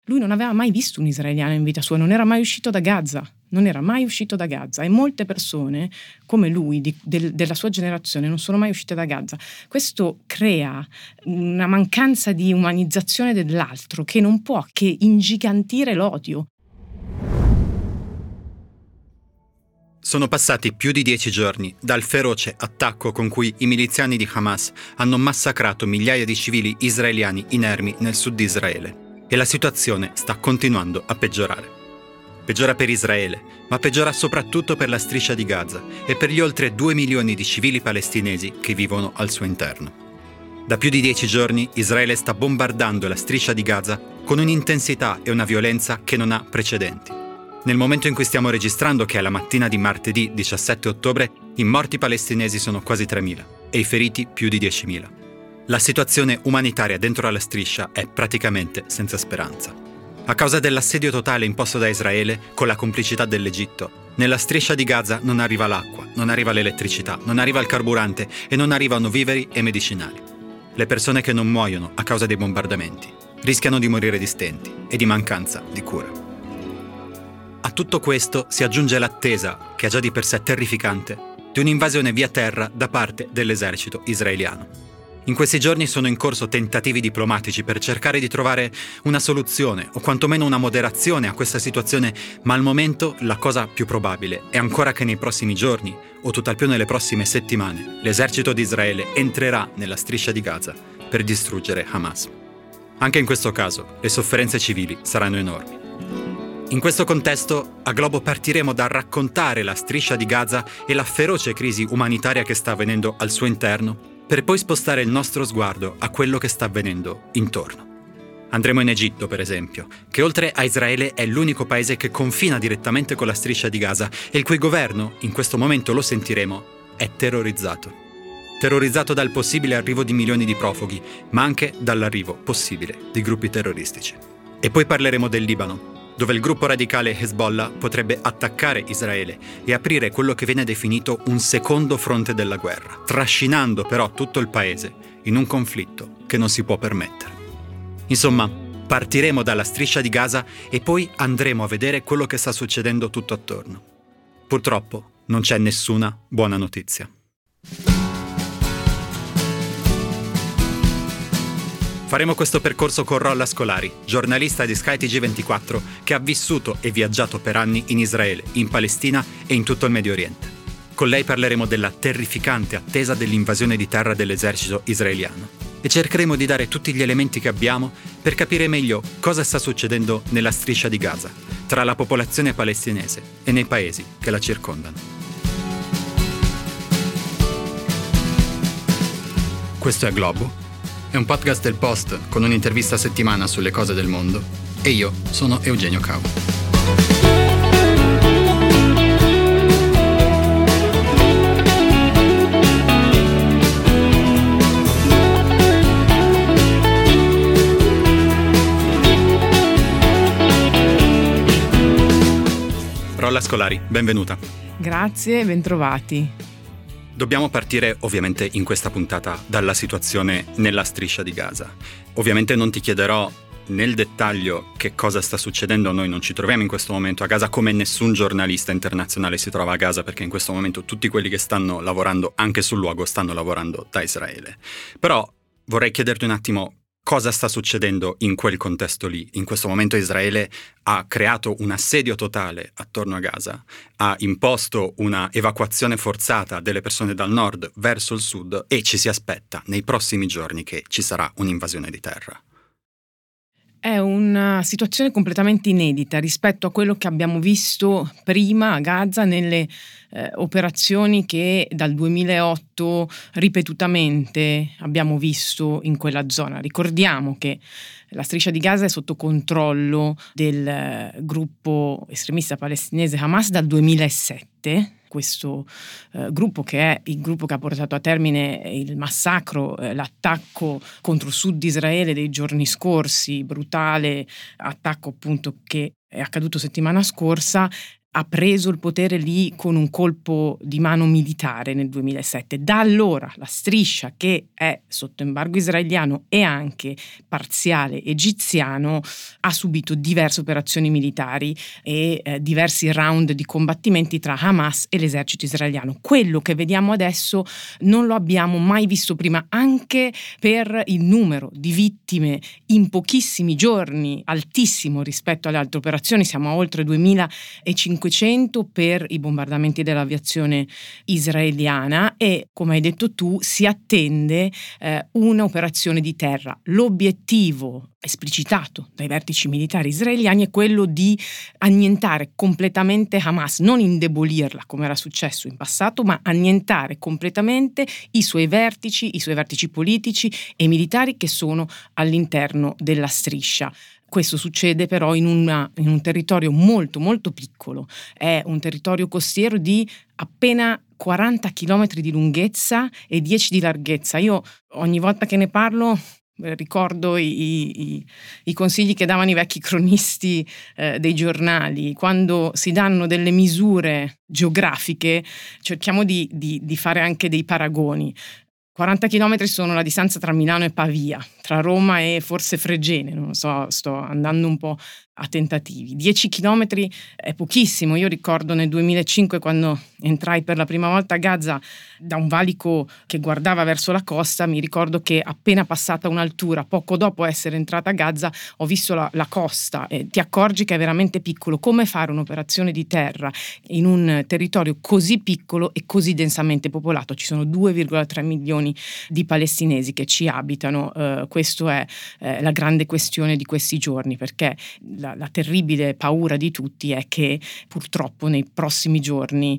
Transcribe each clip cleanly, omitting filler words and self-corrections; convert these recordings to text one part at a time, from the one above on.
Lui non aveva mai visto un israeliano in vita sua, non era mai uscito da Gaza. E molte persone come lui, della sua generazione, non sono mai uscite da Gaza. Questo crea una mancanza di umanizzazione dell'altro che non può che ingigantire l'odio. Sono passati più di 10 giorni dal feroce attacco con cui i miliziani di Hamas hanno massacrato migliaia di civili israeliani inermi nel sud di Israele. E la situazione sta continuando a peggiorare. Peggiora per Israele, ma peggiora soprattutto per la striscia di Gaza e per gli oltre 2 milioni di civili palestinesi che vivono al suo interno. Da più di 10 giorni Israele sta bombardando la striscia di Gaza con un'intensità e una violenza che non ha precedenti. Nel momento in cui stiamo registrando, che è la mattina di martedì 17 ottobre, i morti palestinesi sono quasi 3.000 e i feriti più di 10.000. La situazione umanitaria dentro la striscia è praticamente senza speranza. A causa dell'assedio totale imposto da Israele, con la complicità dell'Egitto, nella striscia di Gaza non arriva l'acqua, non arriva l'elettricità, non arriva il carburante e non arrivano viveri e medicinali. Le persone che non muoiono a causa dei bombardamenti rischiano di morire di stenti e di mancanza di cura. A tutto questo si aggiunge l'attesa, che è già di per sé terrificante, di un'invasione via terra da parte dell'esercito israeliano. In questi giorni sono in corso tentativi diplomatici per cercare di trovare una soluzione o quantomeno una moderazione a questa situazione, ma al momento la cosa più probabile è ancora che nei prossimi giorni, o tutt'al più nelle prossime settimane, l'esercito di Israele entrerà nella striscia di Gaza per distruggere Hamas. Anche in questo caso le sofferenze civili saranno enormi. In questo contesto, a Globo partiremo da raccontare la striscia di Gaza e la feroce crisi umanitaria che sta avvenendo al suo interno, per poi spostare il nostro sguardo a quello che sta avvenendo intorno. Andremo in Egitto, per esempio, che oltre a Israele è l'unico paese che confina direttamente con la striscia di Gaza e il cui governo, in questo momento lo sentiremo, è terrorizzato. Terrorizzato dal possibile arrivo di milioni di profughi, ma anche dall'arrivo possibile di gruppi terroristici. E poi parleremo del Libano, dove il gruppo radicale Hezbollah potrebbe attaccare Israele e aprire quello che viene definito un secondo fronte della guerra, trascinando però tutto il paese in un conflitto che non si può permettere. Insomma, partiremo dalla striscia di Gaza e poi andremo a vedere quello che sta succedendo tutto attorno. Purtroppo non c'è nessuna buona notizia. Faremo questo percorso con Rolla Scolari, giornalista di skyTG24 che ha vissuto e viaggiato per anni in Israele, in Palestina e in tutto il Medio Oriente. Con lei parleremo della terrificante attesa dell'invasione di terra dell'esercito israeliano e cercheremo di dare tutti gli elementi che abbiamo per capire meglio cosa sta succedendo nella striscia di Gaza, tra la popolazione palestinese e nei paesi che la circondano. Questo è Globo. È un podcast del Post con un'intervista a settimana sulle cose del mondo e io sono Eugenio Cau. Rolla Scolari, benvenuta. Grazie, bentrovati. Dobbiamo partire ovviamente in questa puntata dalla situazione nella striscia di Gaza. Ovviamente non ti chiederò nel dettaglio che cosa sta succedendo. Noi non ci troviamo in questo momento a Gaza, come nessun giornalista internazionale si trova a Gaza, perché in questo momento tutti quelli che stanno lavorando anche sul luogo stanno lavorando da Israele. Però vorrei chiederti un attimo cosa sta succedendo in quel contesto lì. In questo momento Israele ha creato un assedio totale attorno a Gaza, ha imposto una evacuazione forzata delle persone dal nord verso il sud e ci si aspetta nei prossimi giorni che ci sarà un'invasione di terra. È una situazione completamente inedita rispetto a quello che abbiamo visto prima a Gaza nelle operazioni che dal 2008 ripetutamente abbiamo visto in quella zona. Ricordiamo che la striscia di Gaza è sotto controllo del gruppo estremista palestinese Hamas dal 2007. Questo gruppo, che è il gruppo che ha portato a termine il massacro, l'attacco contro il sud di Israele dei giorni scorsi, brutale attacco appunto che è accaduto settimana scorsa, ha preso il potere lì con un colpo di mano militare nel 2007. Da allora la striscia, che è sotto embargo israeliano e anche parziale egiziano, ha subito diverse operazioni militari e diversi round di combattimenti tra Hamas e l'esercito israeliano. Quello che vediamo adesso non lo abbiamo mai visto prima, anche per il numero di vittime in pochissimi giorni, altissimo rispetto alle altre operazioni. Siamo a oltre 2500 per i bombardamenti dell'aviazione israeliana e, come hai detto tu, si attende un'operazione di terra. L'obiettivo esplicitato dai vertici militari israeliani è quello di annientare completamente Hamas, non indebolirla come era successo in passato, ma annientare completamente i suoi vertici politici e militari che sono all'interno della striscia. Questo succede però in un territorio molto molto piccolo, è un territorio costiero di appena 40 chilometri di lunghezza e 10 di larghezza. Io ogni volta che ne parlo ricordo i consigli che davano i vecchi cronisti dei giornali. Quando si danno delle misure geografiche cerchiamo di fare anche dei paragoni. 40 chilometri sono la distanza tra Milano e Pavia, tra Roma e forse Fregene, non lo so, sto andando un po' a tentativi. 10 chilometri è pochissimo. Io ricordo nel 2005, quando entrai per la prima volta a Gaza da un valico che guardava verso la costa, mi ricordo che appena passata un'altura, poco dopo essere entrata a Gaza, ho visto la costa e ti accorgi che è veramente piccolo. Come fare un'operazione di terra in un territorio così piccolo e così densamente popolato? Ci sono 2,3 milioni di palestinesi che ci abitano. Questo è la grande questione di questi giorni, perché la terribile paura di tutti è che purtroppo nei prossimi giorni,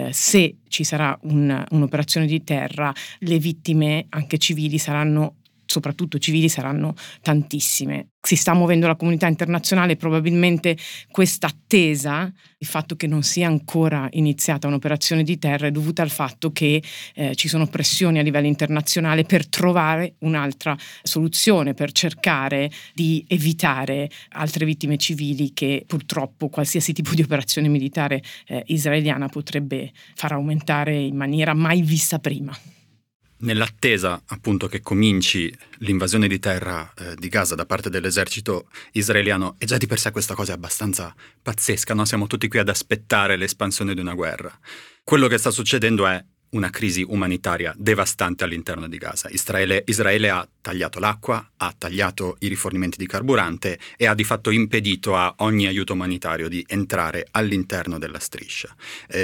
se ci sarà un'operazione di terra, le vittime anche civili soprattutto civili saranno tantissime. Si sta muovendo la comunità internazionale, probabilmente questa attesa, il fatto che non sia ancora iniziata un'operazione di terra, è dovuta al fatto che ci sono pressioni a livello internazionale per trovare un'altra soluzione, per cercare di evitare altre vittime civili che purtroppo qualsiasi tipo di operazione militare israeliana potrebbe far aumentare in maniera mai vista prima. Nell'attesa appunto che cominci l'invasione di terra di Gaza da parte dell'esercito israeliano, e già di per sé questa cosa è abbastanza pazzesca, no? Siamo tutti qui ad aspettare l'espansione di una guerra. Quello che sta succedendo è una crisi umanitaria devastante all'interno di Gaza. Israele ha tagliato l'acqua, ha tagliato i rifornimenti di carburante e ha di fatto impedito a ogni aiuto umanitario di entrare all'interno della striscia.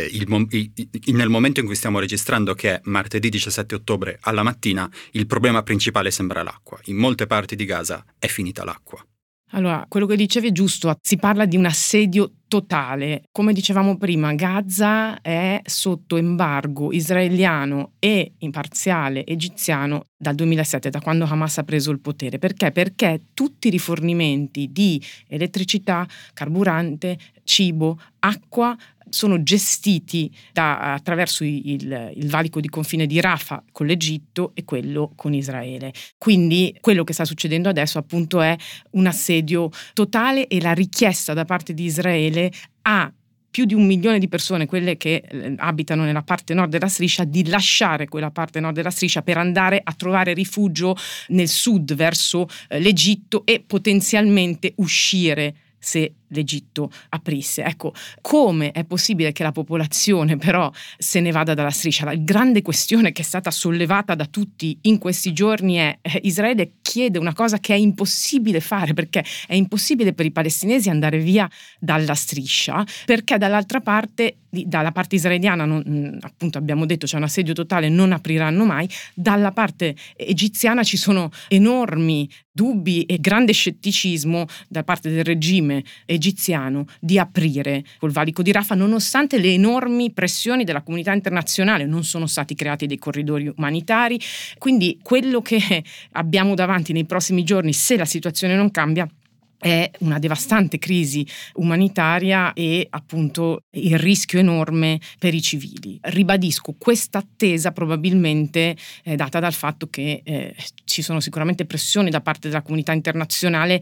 Nel momento in cui stiamo registrando, che è martedì 17 ottobre alla mattina, il problema principale sembra l'acqua. In molte parti di Gaza è finita l'acqua. Allora, quello che dicevi è giusto, si parla di un assedio totale. Come dicevamo prima, Gaza è sotto embargo israeliano e in parziale egiziano dal 2007, da quando Hamas ha preso il potere. Perché? Perché tutti i rifornimenti di elettricità, carburante, cibo, acqua sono gestiti attraverso il valico di confine di Rafah con l'Egitto e quello con Israele. Quindi quello che sta succedendo adesso appunto è un assedio totale e la richiesta da parte di Israele a più di 1 milione di persone, quelle che abitano nella parte nord della striscia, di lasciare quella parte nord della striscia per andare a trovare rifugio nel sud verso l'Egitto e potenzialmente uscire se l'Egitto aprisse. Ecco, come è possibile che la popolazione però se ne vada dalla striscia? La grande questione che è stata sollevata da tutti in questi giorni è Israele chiede una cosa che è impossibile fare, perché è impossibile per i palestinesi andare via dalla striscia, perché dall'altra parte, dalla parte israeliana, appunto abbiamo detto c'è un assedio totale, non apriranno mai. Dalla parte egiziana ci sono enormi dubbi e grande scetticismo da parte del regime egiziano di aprire col valico di Rafah, nonostante le enormi pressioni della comunità internazionale. Non sono stati creati dei corridoi umanitari, quindi quello che abbiamo davanti nei prossimi giorni, se la situazione non cambia, è una devastante crisi umanitaria e appunto il rischio enorme per i civili. Ribadisco, questa attesa probabilmente è data dal fatto che ci sono sicuramente pressioni da parte della comunità internazionale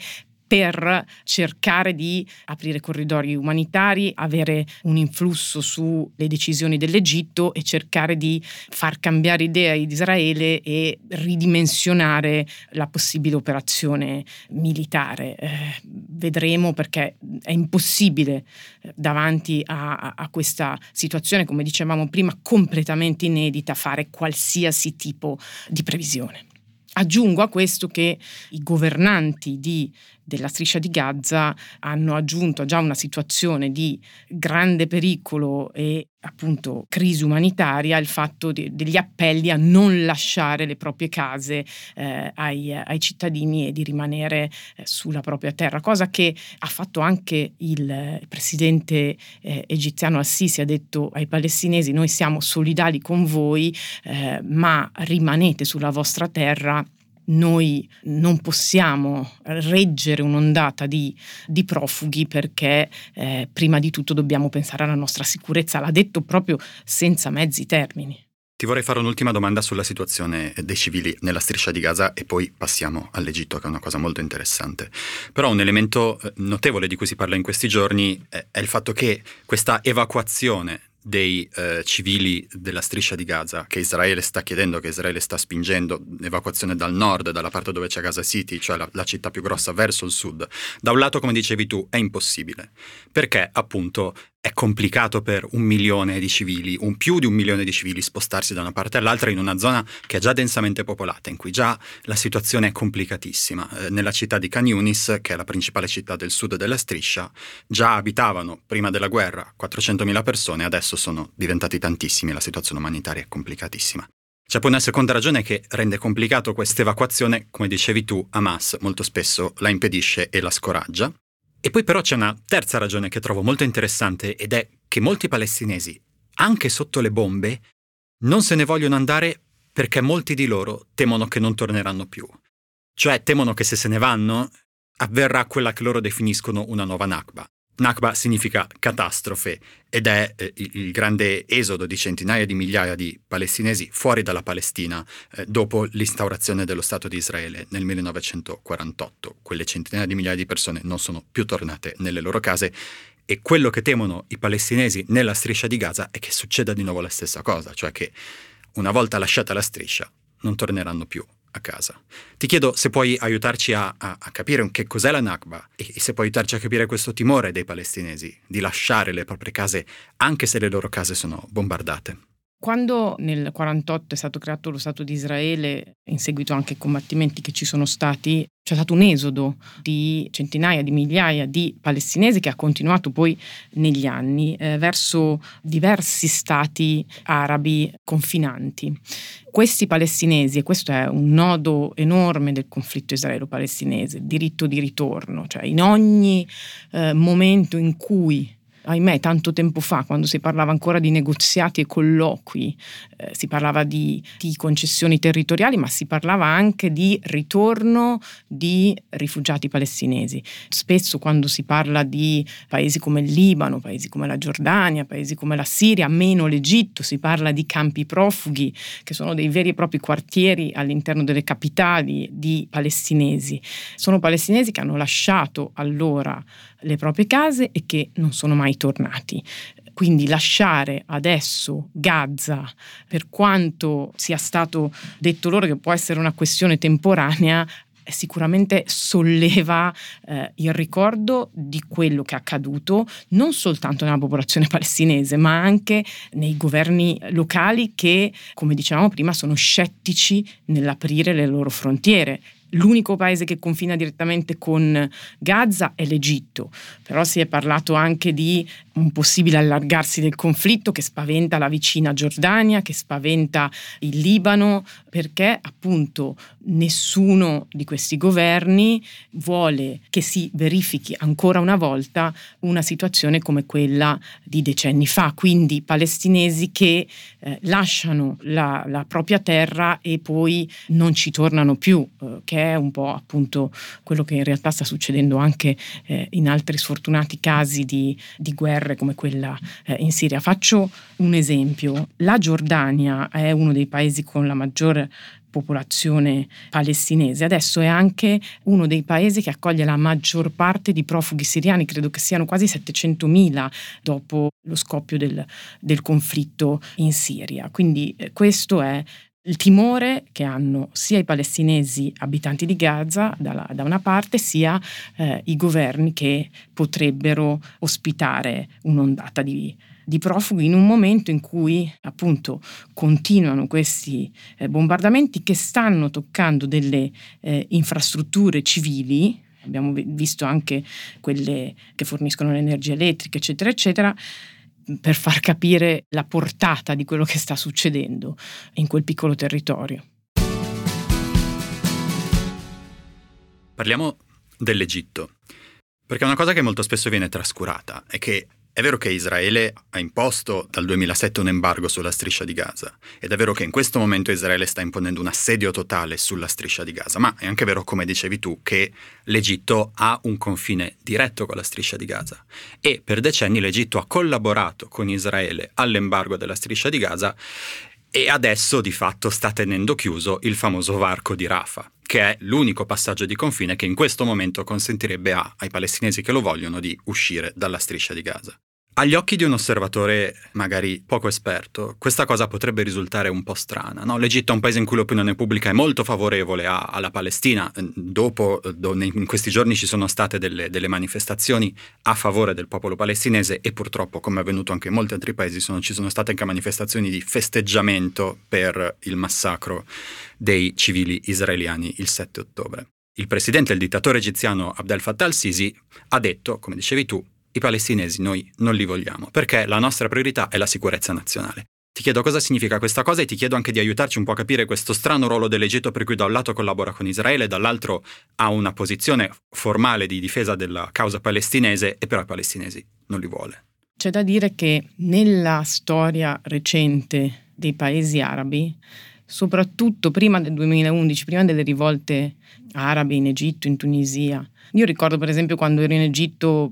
per cercare di aprire corridoi umanitari, avere un influsso sulle decisioni dell'Egitto e cercare di far cambiare idea ad Israele e ridimensionare la possibile operazione militare. Vedremo, perché è impossibile davanti a questa situazione, come dicevamo prima, completamente inedita, fare qualsiasi tipo di previsione. Aggiungo a questo che i governanti della striscia di Gaza hanno aggiunto a già una situazione di grande pericolo e appunto crisi umanitaria il fatto degli appelli a non lasciare le proprie case ai cittadini e di rimanere sulla propria terra, cosa che ha fatto anche il presidente egiziano Al-Sisi. Ha detto ai palestinesi: noi siamo solidali con voi, ma rimanete sulla vostra terra. Noi non possiamo reggere un'ondata di profughi, perché prima di tutto dobbiamo pensare alla nostra sicurezza. L'ha detto proprio senza mezzi termini. Ti vorrei fare un'ultima domanda sulla situazione dei civili nella striscia di Gaza e poi passiamo all'Egitto, che è una cosa molto interessante. Però un elemento notevole di cui si parla in questi giorni è il fatto che questa evacuazione dei civili della striscia di Gaza, che Israele sta chiedendo, che Israele sta spingendo, evacuazione dal nord, dalla parte dove c'è Gaza City, cioè la città più grossa, verso il sud, da un lato, come dicevi tu, è impossibile, perché appunto è complicato per 1 milione di civili, più di 1 milione di civili, spostarsi da una parte all'altra in una zona che è già densamente popolata, in cui già la situazione è complicatissima. Nella città di Khan Yunis, che è la principale città del sud della striscia, già abitavano prima della guerra 400.000 persone, adesso sono diventati tantissimi e la situazione umanitaria è complicatissima. C'è poi una seconda ragione che rende complicato questa evacuazione: come dicevi tu, Hamas molto spesso la impedisce e la scoraggia. E poi però c'è una terza ragione che trovo molto interessante, ed è che molti palestinesi, anche sotto le bombe, non se ne vogliono andare perché molti di loro temono che non torneranno più. Cioè temono che se se ne vanno avverrà quella che loro definiscono una nuova Nakba. Nakba significa catastrofe ed è il grande esodo di centinaia di migliaia di palestinesi fuori dalla Palestina dopo l'instaurazione dello Stato di Israele nel 1948. Quelle centinaia di migliaia di persone non sono più tornate nelle loro case, e quello che temono i palestinesi nella striscia di Gaza è che succeda di nuovo la stessa cosa, cioè che una volta lasciata la striscia non torneranno più a casa. Ti chiedo se puoi aiutarci a capire che cos'è la Nakba e se puoi aiutarci a capire questo timore dei palestinesi di lasciare le proprie case anche se le loro case sono bombardate. Quando nel 1948 è stato creato lo Stato di Israele, in seguito anche ai combattimenti che ci sono stati, c'è stato un esodo di centinaia di migliaia di palestinesi che ha continuato poi negli anni verso diversi stati arabi confinanti. Questi palestinesi, e questo è un nodo enorme del conflitto israelo-palestinese, il diritto di ritorno, cioè in ogni momento in cui, ahimè, tanto tempo fa, quando si parlava ancora di negoziati e colloqui, si parlava di concessioni territoriali, ma si parlava anche di ritorno di rifugiati palestinesi. Spesso quando si parla di paesi come il Libano, paesi come la Giordania, paesi come la Siria, meno l'Egitto, si parla di campi profughi, che sono dei veri e propri quartieri all'interno delle capitali di palestinesi. Sono palestinesi che hanno lasciato allora le proprie case e che non sono mai tornati. Quindi lasciare adesso Gaza, per quanto sia stato detto loro che può essere una questione temporanea, sicuramente solleva il ricordo di quello che è accaduto non soltanto nella popolazione palestinese, ma anche nei governi locali che, come dicevamo prima, sono scettici nell'aprire le loro frontiere. L'unico paese che confina direttamente con Gaza è l'Egitto, però si è parlato anche di un possibile allargarsi del conflitto che spaventa la vicina Giordania, che spaventa il Libano, perché appunto nessuno di questi governi vuole che si verifichi ancora una volta una situazione come quella di decenni fa, quindi palestinesi che lasciano la propria terra e poi non ci tornano più, che è un po' appunto quello che in realtà sta succedendo anche in altri sfortunati casi di guerre come quella in Siria. Faccio un esempio: la Giordania è uno dei paesi con la maggiore popolazione palestinese. Adesso è anche uno dei paesi che accoglie la maggior parte di profughi siriani, credo che siano quasi 700.000 dopo lo scoppio del conflitto in Siria. Quindi questo è il timore che hanno sia i palestinesi abitanti di Gaza da una parte, sia i governi che potrebbero ospitare un'ondata di profughi in un momento in cui appunto continuano questi bombardamenti che stanno toccando delle infrastrutture civili. Abbiamo visto anche quelle che forniscono l'energia elettrica, eccetera, eccetera, per far capire la portata di quello che sta succedendo in quel piccolo territorio. Parliamo dell'Egitto, perché una cosa che molto spesso viene trascurata è che è vero che Israele ha imposto dal 2007 un embargo sulla striscia di Gaza, ed è vero che in questo momento Israele sta imponendo un assedio totale sulla striscia di Gaza, ma è anche vero, come dicevi tu, che l'Egitto ha un confine diretto con la striscia di Gaza e per decenni l'Egitto ha collaborato con Israele all'embargo della striscia di Gaza e adesso di fatto sta tenendo chiuso il famoso varco di Rafah, che è l'unico passaggio di confine che in questo momento consentirebbe ai palestinesi che lo vogliono di uscire dalla striscia di Gaza. Agli occhi di un osservatore magari poco esperto, questa cosa potrebbe risultare un po' strana, no? L'Egitto è un paese in cui l'opinione pubblica è molto favorevole alla Palestina. In questi giorni ci sono state delle manifestazioni a favore del popolo palestinese e purtroppo, come è avvenuto anche in molti altri paesi, ci sono state anche manifestazioni di festeggiamento per il massacro dei civili israeliani il 7 ottobre. Il presidente, il dittatore egiziano Abdel Fattah al-Sisi, ha detto, come dicevi tu, i palestinesi noi non li vogliamo, perché la nostra priorità è la sicurezza nazionale. Ti chiedo cosa significa questa cosa e ti chiedo anche di aiutarci un po' a capire questo strano ruolo dell'Egitto per cui da un lato collabora con Israele, dall'altro ha una posizione formale di difesa della causa palestinese e però i palestinesi non li vuole. C'è da dire che nella storia recente dei paesi arabi, soprattutto prima del 2011, prima delle rivolte arabe in Egitto, in Tunisia, io ricordo per esempio quando ero in Egitto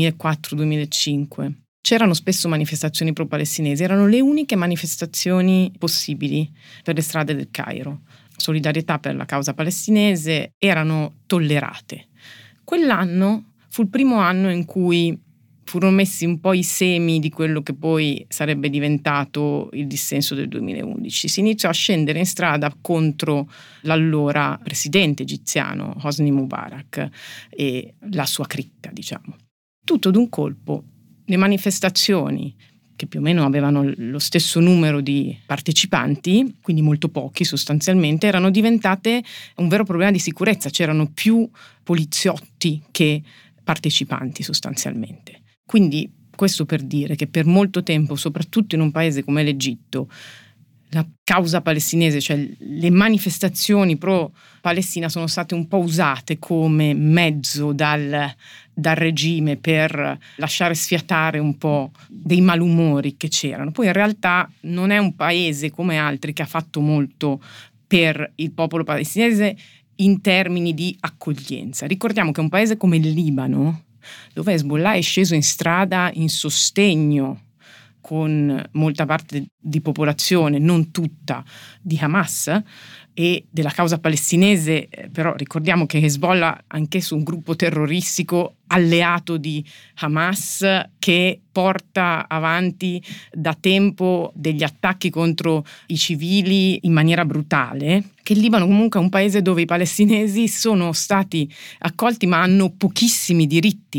2004-2005, c'erano spesso manifestazioni pro-palestinesi, erano le uniche manifestazioni possibili per le strade del Cairo. Solidarietà per la causa palestinese erano tollerate. Quell'anno fu il primo anno in cui furono messi un po' i semi di quello che poi sarebbe diventato il dissenso del 2011. Si iniziò a scendere in strada contro l'allora presidente egiziano Hosni Mubarak e la sua cricca, diciamo. Tutto d'un colpo le manifestazioni, che più o meno avevano lo stesso numero di partecipanti, quindi molto pochi sostanzialmente, erano diventate un vero problema di sicurezza. C'erano più poliziotti che partecipanti sostanzialmente. Quindi questo per dire che per molto tempo, soprattutto in un paese come l'Egitto, la causa palestinese, cioè le manifestazioni pro-Palestina sono state un po' usate come mezzo dal regime per lasciare sfiatare un po' dei malumori che c'erano. Poi in realtà non è un paese come altri che ha fatto molto per il popolo palestinese in termini di accoglienza. Ricordiamo che un paese come il Libano, dove Hezbollah è sceso in strada in sostegno con molta parte di popolazione, non tutta, di Hamas e della causa palestinese, però ricordiamo che Hezbollah anch'esso un gruppo terroristico alleato di Hamas che porta avanti da tempo degli attacchi contro i civili in maniera brutale, che il Libano comunque è un paese dove i palestinesi sono stati accolti ma hanno pochissimi diritti,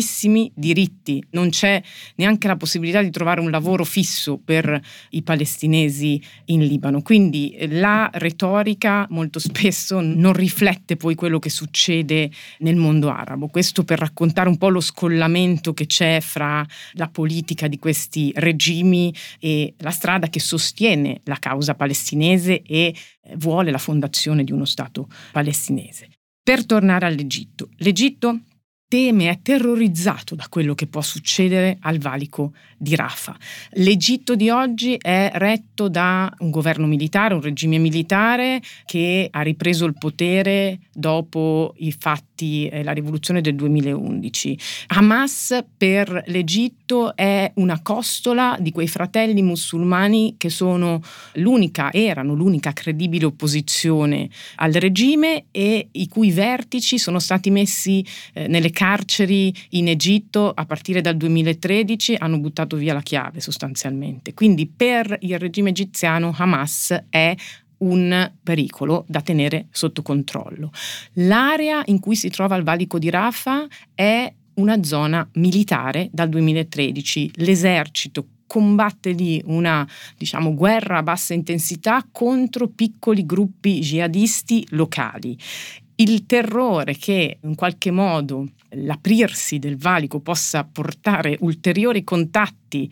non c'è neanche la possibilità di trovare un lavoro fisso per i palestinesi in Libano, quindi la retorica molto spesso non riflette poi quello che succede nel mondo arabo. Questo per raccontare un po' lo scollamento che c'è fra la politica di questi regimi e la strada che sostiene la causa palestinese e vuole la fondazione di uno Stato palestinese. Per tornare all'Egitto, l'Egitto teme, è terrorizzato da quello che può succedere al valico di Rafah. L'Egitto di oggi è retto da un governo militare, un regime militare che ha ripreso il potere dopo i fatti, la rivoluzione del 2011. Hamas per l'Egitto è una costola di quei fratelli musulmani che erano l'unica credibile opposizione al regime e i cui vertici sono stati messi nelle carceri in Egitto a partire dal 2013, hanno buttato via la chiave sostanzialmente. Quindi per il regime egiziano Hamas è un pericolo da tenere sotto controllo. L'area in cui si trova il valico di Rafah è una zona militare dal 2013. L'esercito combatte lì una, guerra a bassa intensità contro piccoli gruppi jihadisti locali. Il terrore che in qualche modo l'aprirsi del valico possa portare ulteriori contatti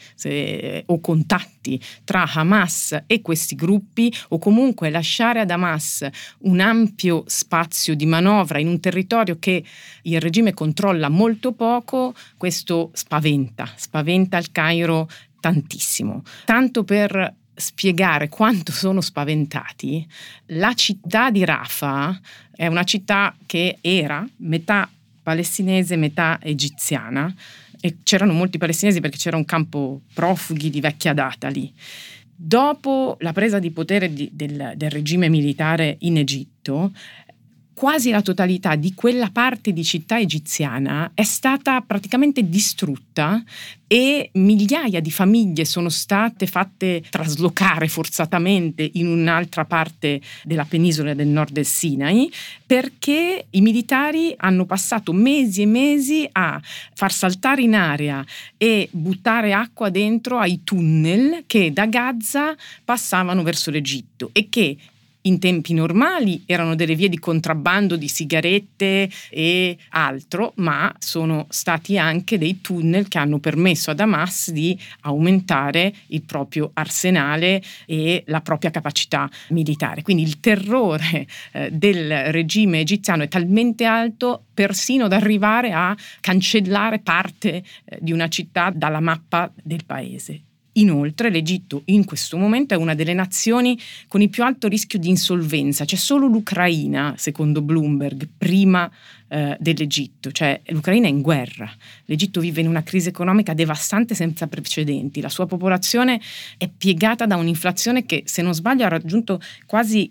tra Hamas e questi gruppi, o comunque lasciare ad Hamas un ampio spazio di manovra in un territorio che il regime controlla molto poco, questo spaventa il Cairo tantissimo. Tanto per spiegare quanto sono spaventati, la città di Rafah è una città che era metà palestinese, metà egiziana, e c'erano molti palestinesi perché c'era un campo profughi di vecchia data lì. Dopo la presa di potere del regime militare in Egitto, quasi la totalità di quella parte di città egiziana è stata praticamente distrutta e migliaia di famiglie sono state fatte traslocare forzatamente in un'altra parte della penisola del nord del Sinai, perché i militari hanno passato mesi e mesi a far saltare in aria e buttare acqua dentro ai tunnel che da Gaza passavano verso l'Egitto e che in tempi normali erano delle vie di contrabbando di sigarette e altro, ma sono stati anche dei tunnel che hanno permesso ad Hamas di aumentare il proprio arsenale e la propria capacità militare. Quindi il terrore del regime egiziano è talmente alto persino da arrivare a cancellare parte di una città dalla mappa del paese. Inoltre l'Egitto in questo momento è una delle nazioni con il più alto rischio di insolvenza. C'è solo l'Ucraina, secondo Bloomberg, prima dell'Egitto, cioè l'Ucraina è in guerra. L'Egitto vive in una crisi economica devastante senza precedenti. La sua popolazione è piegata da un'inflazione che, se non sbaglio, ha raggiunto quasi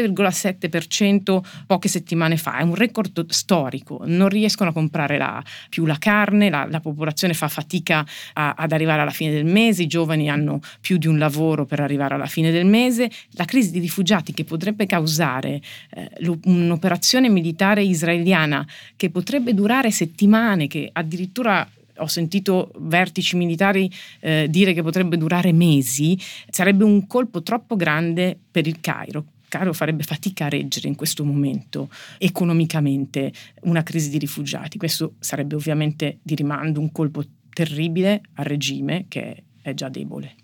39,7% poche settimane fa. È un record storico. Non riescono a comprare più la carne, la popolazione fa fatica ad arrivare alla fine del mese, i giovani hanno più di un lavoro per arrivare alla fine del mese. La crisi di rifugiati che potrebbe causare un'operazione militare israeliana che potrebbe durare settimane, che addirittura ho sentito vertici militari dire che potrebbe durare mesi, sarebbe un colpo troppo grande per il Cairo. Cairo farebbe fatica a reggere in questo momento economicamente una crisi di rifugiati. Questo sarebbe ovviamente di rimando un colpo terribile al regime che è già debole.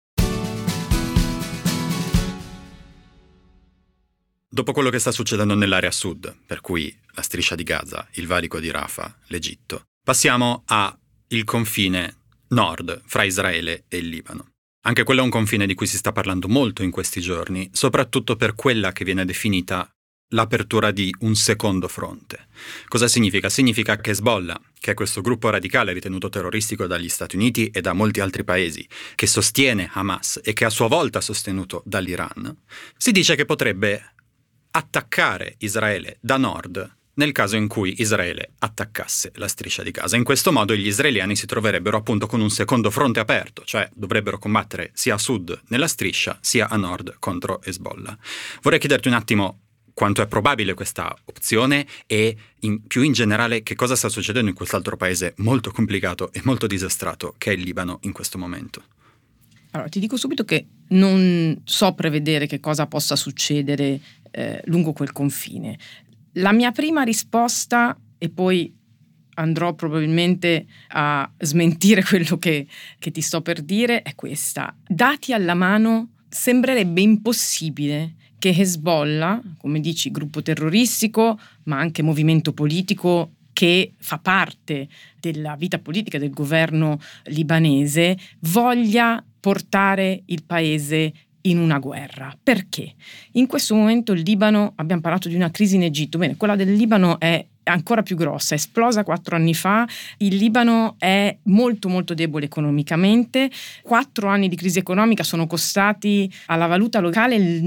Dopo quello che sta succedendo nell'area sud, per cui la striscia di Gaza, il valico di Rafah, l'Egitto, passiamo al confine nord fra Israele e il Libano. Anche quello è un confine di cui si sta parlando molto in questi giorni, soprattutto per quella che viene definita l'apertura di un secondo fronte. Cosa significa? Significa che Hezbollah, che è questo gruppo radicale ritenuto terroristico dagli Stati Uniti e da molti altri paesi, che sostiene Hamas e che a sua volta sostenuto dall'Iran, si dice che potrebbe attaccare Israele da nord nel caso in cui Israele attaccasse la striscia di Gaza. In questo modo gli israeliani si troverebbero appunto con un secondo fronte aperto, cioè dovrebbero combattere sia a sud nella striscia sia a nord contro Hezbollah. Vorrei chiederti un attimo quanto è probabile questa opzione e più in generale che cosa sta succedendo in quest'altro paese molto complicato e molto disastrato che è il Libano in questo momento. Allora, ti dico subito che non so prevedere che cosa possa succedere lungo quel confine. La mia prima risposta, e poi andrò probabilmente a smentire quello che ti sto per dire, è questa. Dati alla mano, sembrerebbe impossibile che Hezbollah, come dici, gruppo terroristico, ma anche movimento politico che fa parte della vita politica del governo libanese, voglia portare il paese in una guerra. Perché? In questo momento il Libano, abbiamo parlato di una crisi in Egitto, bene, quella del Libano è ancora più grossa, è esplosa 4 anni fa, il Libano è molto molto debole economicamente, 4 anni di crisi economica sono costati alla valuta locale il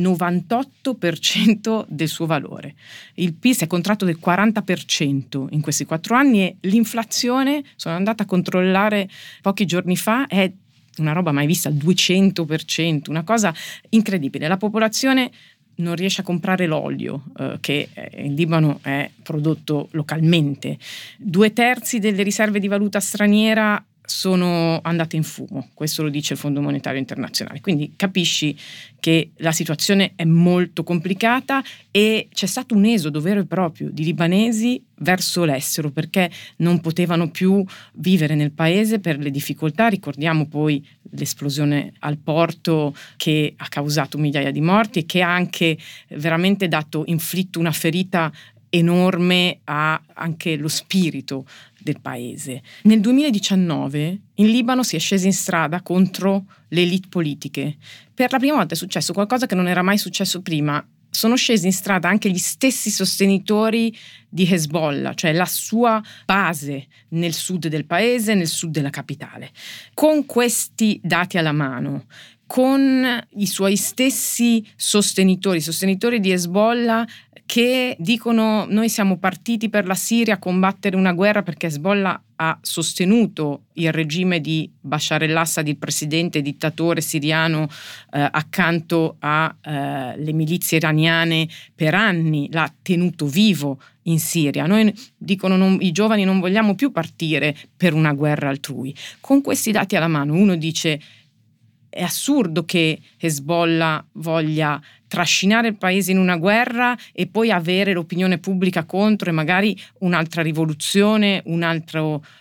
98% del suo valore, il PIL si è contratto del 40% in questi 4 anni e l'inflazione, sono andata a controllare pochi giorni fa, è una roba mai vista, al 200%, una cosa incredibile. La popolazione non riesce a comprare l'olio che in Libano è prodotto localmente. 2/3 delle riserve di valuta straniera sono andate in fumo, questo lo dice il Fondo Monetario Internazionale, quindi capisci che la situazione è molto complicata e c'è stato un esodo vero e proprio di libanesi verso l'estero perché non potevano più vivere nel paese per le difficoltà. Ricordiamo poi l'esplosione al porto che ha causato migliaia di morti e che ha anche veramente inflitto una ferita enorme a anche lo spirito del paese. Nel 2019 in Libano si è scesi in strada contro le elite politiche. Per la prima volta è successo qualcosa che non era mai successo prima. Sono scesi in strada anche gli stessi sostenitori di Hezbollah, cioè la sua base nel sud del paese, nel sud della capitale. Con questi dati alla mano, con i suoi stessi sostenitori di Hezbollah che dicono noi siamo partiti per la Siria a combattere una guerra perché Hezbollah ha sostenuto il regime di Bashar al-Assad, il presidente dittatore siriano, accanto alle milizie iraniane per anni, l'ha tenuto vivo in Siria. Noi dicono i giovani non vogliamo più partire per una guerra altrui. Con questi dati alla mano uno dice è assurdo che Hezbollah voglia trascinare il paese in una guerra e poi avere l'opinione pubblica contro e magari un'altra rivoluzione, un'altra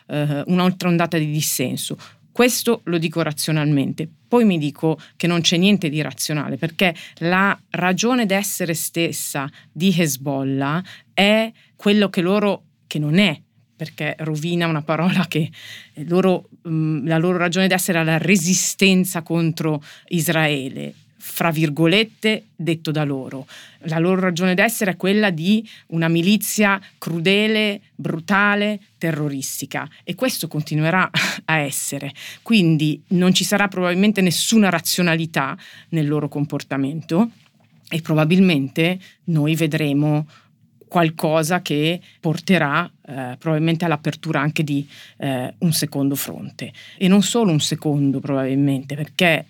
ondata di dissenso. Questo lo dico razionalmente. Poi mi dico che non c'è niente di razionale perché la ragione d'essere stessa di Hezbollah è quello che non è, perché rovina una parola che la loro ragione d'essere è la resistenza contro Israele, fra virgolette detto da loro. La loro ragione d'essere è quella di una milizia crudele, brutale, terroristica e questo continuerà a essere. Quindi non ci sarà probabilmente nessuna razionalità nel loro comportamento e probabilmente noi vedremo qualcosa che porterà probabilmente all'apertura anche di un secondo fronte. E non solo un secondo probabilmente, perché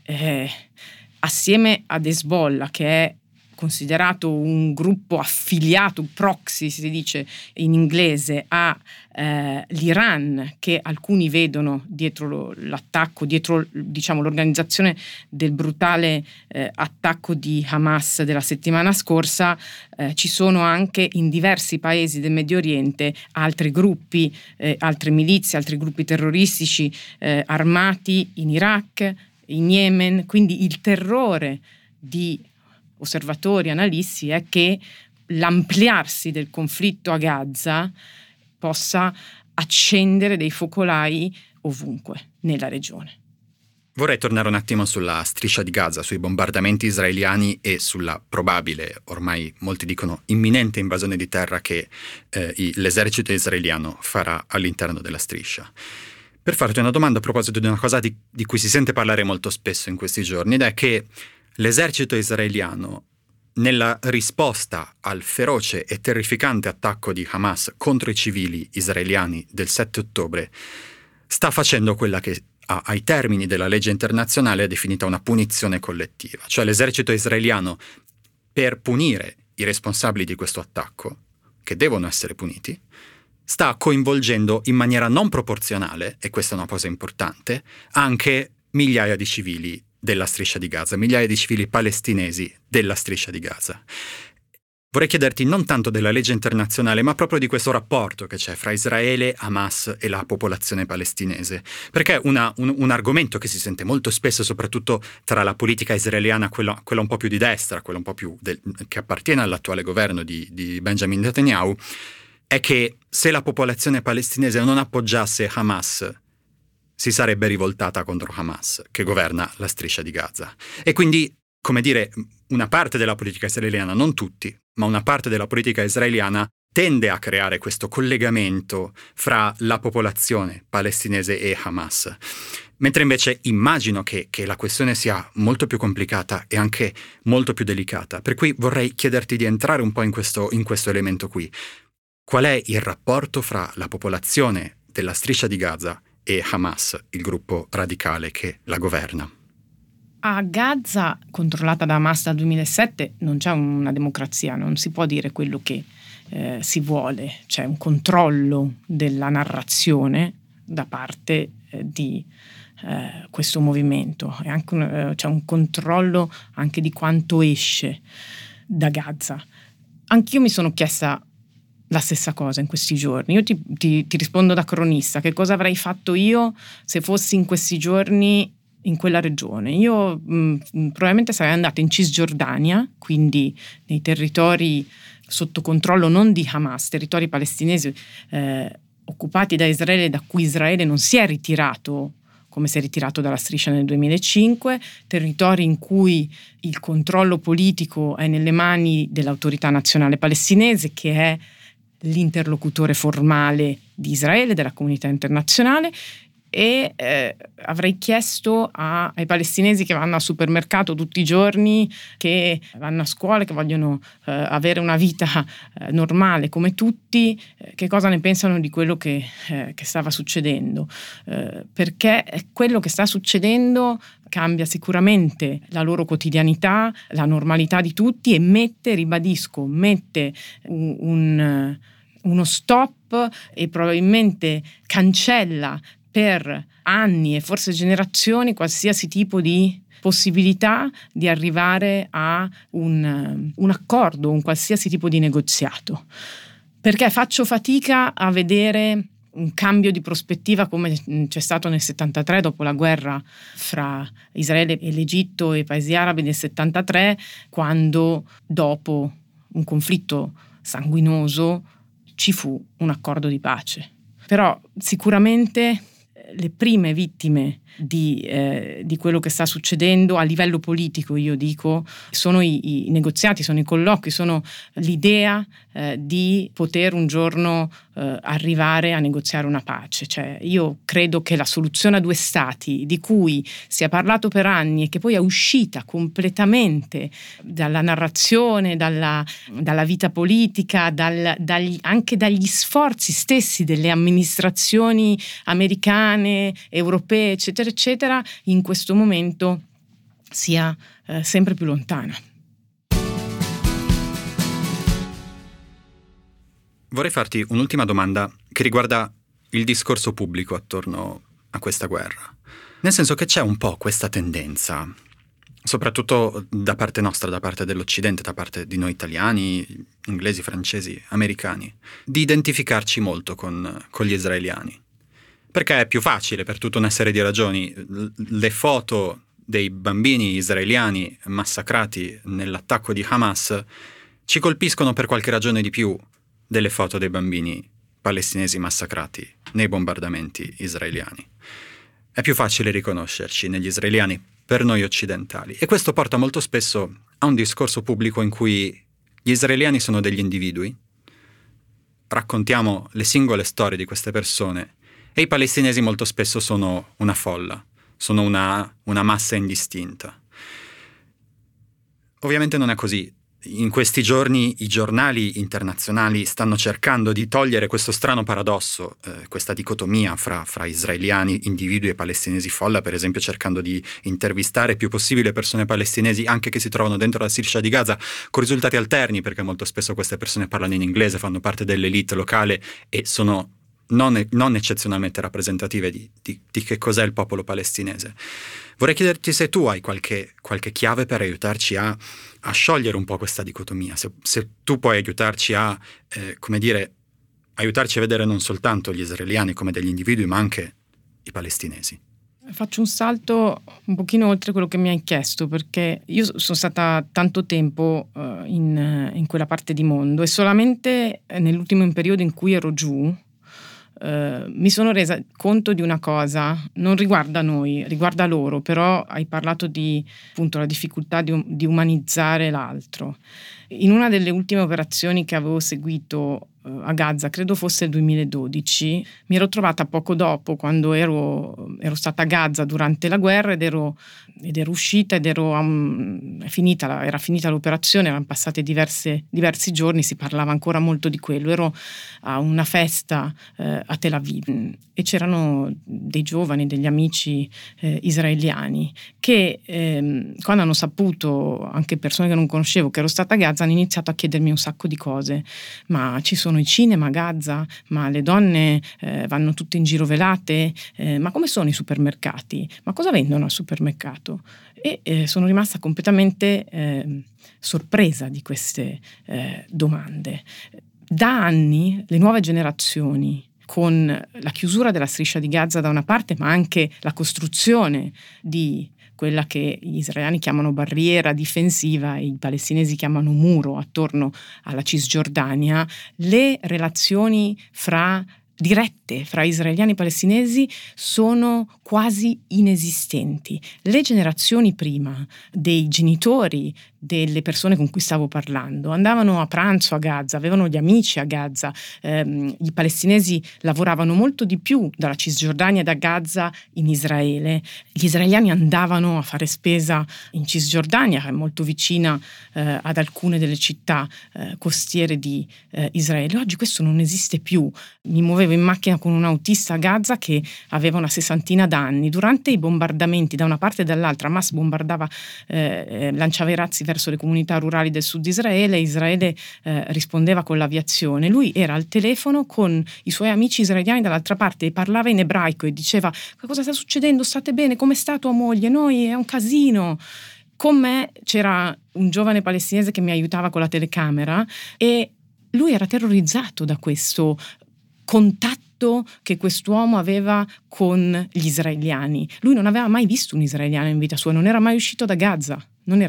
assieme ad Hezbollah, che è considerato un gruppo affiliato, proxy si dice in inglese, a l'Iran, che alcuni vedono dietro l'attacco, dietro diciamo l'organizzazione del brutale attacco di Hamas della settimana scorsa, ci sono anche in diversi paesi del Medio Oriente altri gruppi, altre milizie, altri gruppi terroristici armati in Iraq, in Yemen, quindi il terrore di osservatori, analisti è che l'ampliarsi del conflitto a Gaza possa accendere dei focolai ovunque nella regione. Vorrei tornare un attimo sulla striscia di Gaza, sui bombardamenti israeliani e sulla probabile, ormai molti dicono imminente invasione di terra che l'esercito israeliano farà all'interno della striscia. Per farti una domanda a proposito di una cosa di cui si sente parlare molto spesso in questi giorni, ed è che l'esercito israeliano, nella risposta al feroce e terrificante attacco di Hamas contro i civili israeliani del 7 ottobre, sta facendo quella che ai termini della legge internazionale è definita una punizione collettiva. Cioè l'esercito israeliano, per punire i responsabili di questo attacco, che devono essere puniti, sta coinvolgendo in maniera non proporzionale, e questa è una cosa importante, anche migliaia di civili della striscia di Gaza, migliaia di civili palestinesi della striscia di Gaza. Vorrei chiederti non tanto della legge internazionale, ma proprio di questo rapporto che c'è fra Israele, Hamas e la popolazione palestinese, perché è un argomento che si sente molto spesso, soprattutto tra la politica israeliana, quella un po' più di destra, quella un po' più che appartiene all'attuale governo di Benjamin Netanyahu, è che se la popolazione palestinese non appoggiasse Hamas, si sarebbe rivoltata contro Hamas, che governa la striscia di Gaza. E quindi, come dire, una parte della politica israeliana, non tutti, ma una parte della politica israeliana tende a creare questo collegamento fra la popolazione palestinese e Hamas. Mentre invece immagino che la questione sia molto più complicata e anche molto più delicata. Per cui vorrei chiederti di entrare un po' in questo elemento qui. Qual è il rapporto fra la popolazione della striscia di Gaza e Hamas, il gruppo radicale che la governa? A Gaza, controllata da Hamas dal 2007, non c'è una democrazia, non si può dire quello che si vuole. C'è un controllo della narrazione da parte di questo movimento e anche c'è un controllo anche di quanto esce da Gaza. Anch'io mi sono chiesta la stessa cosa in questi giorni. Io ti rispondo da cronista. Che cosa avrei fatto io se fossi in questi giorni in quella regione? Io probabilmente sarei andata in Cisgiordania, quindi nei territori sotto controllo non di Hamas, territori palestinesi occupati da Israele, da cui Israele non si è ritirato come si è ritirato dalla striscia nel 2005, territori in cui il controllo politico è nelle mani dell'Autorità Nazionale Palestinese, che è l'interlocutore formale di Israele, della comunità internazionale, e avrei chiesto ai palestinesi che vanno al supermercato tutti i giorni, che vanno a scuola, che vogliono avere una vita normale come tutti, che cosa ne pensano di quello che stava succedendo, perché quello che sta succedendo cambia sicuramente la loro quotidianità, la normalità di tutti, e mette uno stop e probabilmente cancella per anni e forse generazioni qualsiasi tipo di possibilità di arrivare a un accordo, un qualsiasi tipo di negoziato. Perché faccio fatica a vedere un cambio di prospettiva come c'è stato nel 73, dopo la guerra fra Israele e l'Egitto e i paesi arabi nel 73, quando dopo un conflitto sanguinoso ci fu un accordo di pace. Però sicuramente le prime vittime di quello che sta succedendo a livello politico, io dico, sono i negoziati, sono i colloqui, sono l'idea di poter un giorno arrivare a negoziare una pace. Cioè, io credo che la soluzione a due stati, di cui si è parlato per anni e che poi è uscita completamente dalla narrazione, dalla vita politica, anche dagli sforzi stessi delle amministrazioni americane, europee, eccetera, eccetera, in questo momento sia sempre più lontana. Vorrei farti un'ultima domanda che riguarda il discorso pubblico attorno a questa guerra. Nel senso che c'è un po' questa tendenza, soprattutto da parte nostra, da parte dell'Occidente, da parte di noi italiani, inglesi, francesi, americani, di identificarci molto con gli israeliani. Perché è più facile, per tutta una serie di ragioni. Le foto dei bambini israeliani massacrati nell'attacco di Hamas ci colpiscono per qualche ragione di più delle foto dei bambini palestinesi massacrati nei bombardamenti israeliani. È più facile riconoscerci negli israeliani per noi occidentali. E questo porta molto spesso a un discorso pubblico in cui gli israeliani sono degli individui, raccontiamo le singole storie di queste persone, e i palestinesi molto spesso sono una folla, sono una massa indistinta. Ovviamente non è così. In questi giorni i giornali internazionali stanno cercando di togliere questo strano paradosso, questa dicotomia fra israeliani, individui, e palestinesi folla, per esempio cercando di intervistare il più possibile persone palestinesi anche che si trovano dentro la striscia di Gaza, con risultati alterni, perché molto spesso queste persone parlano in inglese, fanno parte dell'elite locale e sono non eccezionalmente rappresentative di che cos'è il popolo palestinese. Vorrei chiederti se tu hai qualche chiave per aiutarci a sciogliere un po' questa dicotomia, se tu puoi aiutarci a, aiutarci a vedere non soltanto gli israeliani come degli individui, ma anche i palestinesi. Faccio un salto un pochino oltre quello che mi hai chiesto, perché io sono stata tanto tempo in quella parte di mondo e solamente nell'ultimo periodo in cui ero giù mi sono resa conto di una cosa, non riguarda noi, riguarda loro, però hai parlato di appunto la difficoltà di umanizzare l'altro. In una delle ultime operazioni che avevo seguito a Gaza, credo fosse il 2012, mi ero trovata poco dopo, quando ero stata a Gaza durante la guerra ed ero uscita ed era finita l'operazione, erano passati diversi giorni, si parlava ancora molto di quello. Ero a una festa a Tel Aviv e c'erano dei giovani, degli amici israeliani che quando hanno saputo, anche persone che non conoscevo, che ero stata a Gaza, hanno iniziato a chiedermi un sacco di cose. Ma ci sono i cinema a Gaza? Ma le donne vanno tutte in giro velate? Ma come sono i supermercati? Ma cosa vendono al supermercato? E sono rimasta completamente sorpresa di queste domande. Da anni le nuove generazioni, con la chiusura della striscia di Gaza da una parte, ma anche la costruzione di quella che gli israeliani chiamano barriera difensiva e i palestinesi chiamano muro attorno alla Cisgiordania, le relazioni dirette fra israeliani e palestinesi sono quasi inesistenti. Le generazioni prima dei genitori delle persone con cui stavo parlando andavano a pranzo a Gaza, avevano gli amici a Gaza, i palestinesi lavoravano molto di più dalla Cisgiordania e da Gaza in Israele. Gli israeliani andavano a fare spesa in Cisgiordania, che è molto vicina ad alcune delle città costiere di Israele. Oggi questo non esiste più. Mi muovevo in macchina con un autista a Gaza che aveva una 60 d'anni. Durante i bombardamenti da una parte e dall'altra, Hamas bombardava, lanciava i razzi verso le comunità rurali del sud Israele, Israele rispondeva con l'aviazione. Lui era al telefono con i suoi amici israeliani dall'altra parte e parlava in ebraico e diceva: cosa sta succedendo? State bene? Come sta tua moglie? Noi è un casino. Con me c'era un giovane palestinese che mi aiutava con la telecamera e lui era terrorizzato da questo contatto che quest'uomo aveva con gli israeliani. Lui non aveva mai visto un israeliano in vita sua, non era mai uscito da Gaza.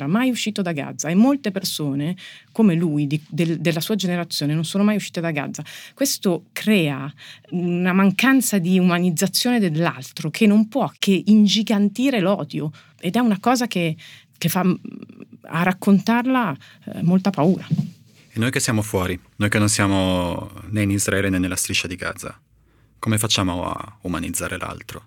E molte persone come lui della sua generazione non sono mai uscite da Gaza. Questo crea una mancanza di umanizzazione dell'altro che non può che ingigantire l'odio, ed è una cosa che fa a raccontarla molta paura. E noi che siamo fuori, noi che non siamo né in Israele né nella striscia di Gaza, come facciamo a umanizzare l'altro?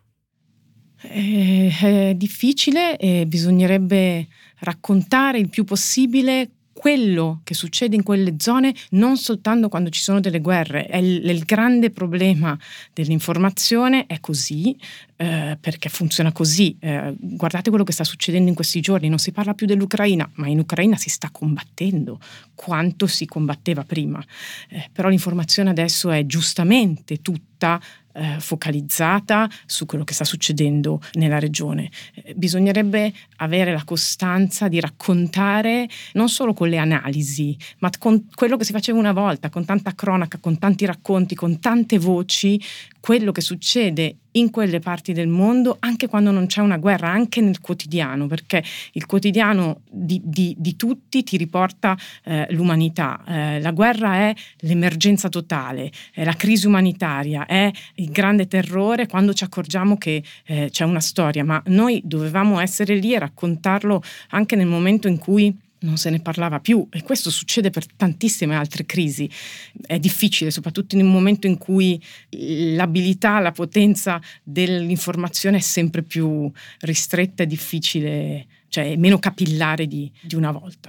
È difficile e bisognerebbe raccontare il più possibile quello che succede in quelle zone, non soltanto quando ci sono delle guerre. È il grande problema dell'informazione, è così, perché funziona così. Guardate quello che sta succedendo in questi giorni, non si parla più dell'Ucraina, ma in Ucraina si sta combattendo quanto si combatteva prima. Però l'informazione adesso è giustamente tutta focalizzata su quello che sta succedendo nella regione. Bisognerebbe avere la costanza di raccontare non solo con le analisi, ma con quello che si faceva una volta, con tanta cronaca, con tanti racconti, con tante voci, quello che succede in quelle parti del mondo, anche quando non c'è una guerra, anche nel quotidiano, perché il quotidiano di tutti ti riporta l'umanità. La guerra è l'emergenza totale, è la crisi umanitaria, è il grande terrore quando ci accorgiamo che c'è una storia, ma noi dovevamo essere lì e raccontarlo anche nel momento in cui non se ne parlava più, e questo succede per tantissime altre crisi. È difficile, soprattutto in un momento in cui l'abilità, la potenza dell'informazione è sempre più ristretta e difficile, cioè meno capillare di una volta.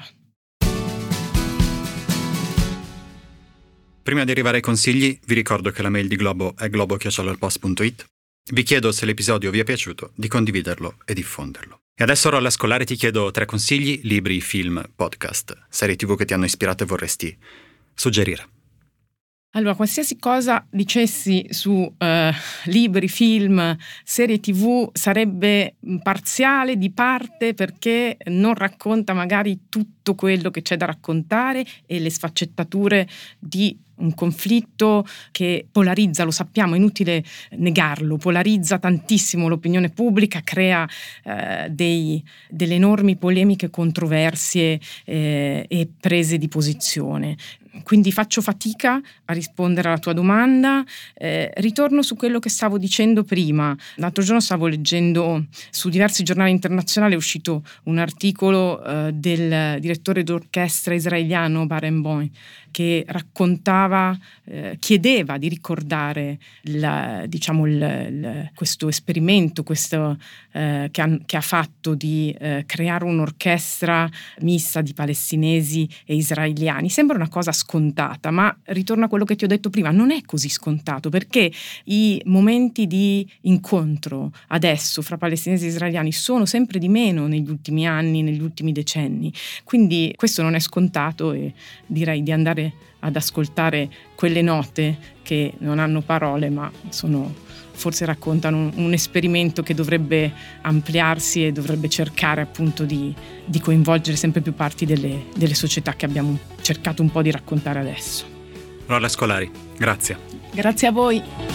Prima di arrivare ai consigli, vi ricordo che la mail di Globo è globo@ilpost.it. Vi chiedo, se l'episodio vi è piaciuto, di condividerlo e diffonderlo. E adesso, Rolla Scolari, ti chiedo 3 consigli: libri, film, podcast, serie TV che ti hanno ispirato e vorresti suggerire. Allora, qualsiasi cosa dicessi su libri, film, serie TV sarebbe parziale, di parte, perché non racconta magari tutto quello che c'è da raccontare e le sfaccettature di un conflitto che polarizza, lo sappiamo, è inutile negarlo, polarizza tantissimo l'opinione pubblica, crea delle enormi polemiche, controversie e prese di posizione. Quindi faccio fatica a rispondere alla tua domanda. Ritorno su quello che stavo dicendo prima. L'altro giorno stavo leggendo su diversi giornali internazionali, è uscito un articolo del direttore d'orchestra israeliano Barenboim, che raccontava, chiedeva di ricordare questo esperimento, che ha fatto di creare un'orchestra mista di palestinesi e israeliani. Sembra una cosa scontata, ma ritorno a quello che ti ho detto prima, non è così scontato, perché i momenti di incontro adesso fra palestinesi e israeliani sono sempre di meno negli ultimi anni, negli ultimi decenni. Quindi questo non è scontato e direi di andare ad ascoltare quelle note che non hanno parole, ma forse raccontano un esperimento che dovrebbe ampliarsi e dovrebbe cercare appunto di coinvolgere sempre più parti delle società che abbiamo cercato un po' di raccontare adesso. Rolla Scolari, grazie. Grazie a voi.